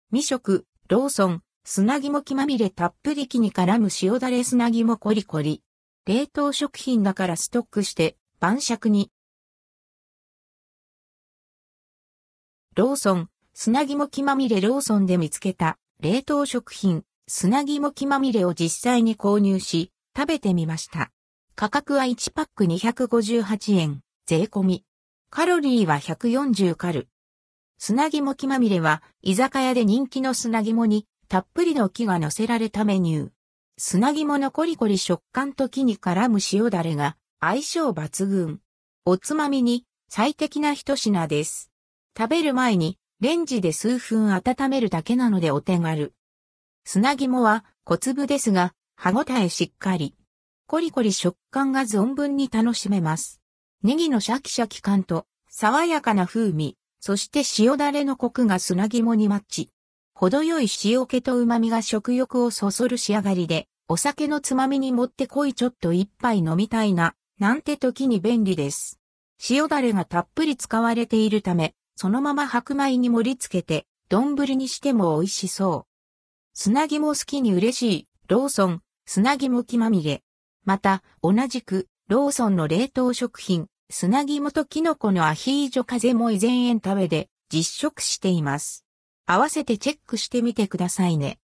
未食、ローソン、砂肝黄まみれたっぷり木に絡む塩だれ砂肝コリコリ。冷凍食品だからストックして晩酌に。ローソン、砂肝黄まみれローソンで見つけた冷凍食品、砂肝黄まみれを実際に購入し、食べてみました。価格は1パック258円、税込み。カロリーは140カル。砂肝黄まみれは、居酒屋で人気の砂肝に、たっぷりの木が乗せられたメニュー。砂肝のコリコリ食感と木に絡む塩だれが、相性抜群。おつまみに、最適な一品です。食べる前に、レンジで数分温めるだけなのでお手軽。砂肝は、小粒ですが、歯ごたえしっかり。コリコリ食感が存分に楽しめます。ネギのシャキシャキ感と、爽やかな風味。そして塩だれのコクが砂肝にマッチ。程よい塩気と旨味が食欲をそそる仕上がりで、お酒のつまみにもってこいちょっと一杯飲みたいな、なんて時に便利です。塩だれがたっぷり使われているため、そのまま白米に盛り付けて、丼にしても美味しそう。砂肝好きに嬉しい、ローソン、砂肝黄まみれ。また、同じく、ローソンの冷凍食品、砂肝とキノコのアヒージョ風も以前食べで実食しています。合わせてチェックしてみてくださいね。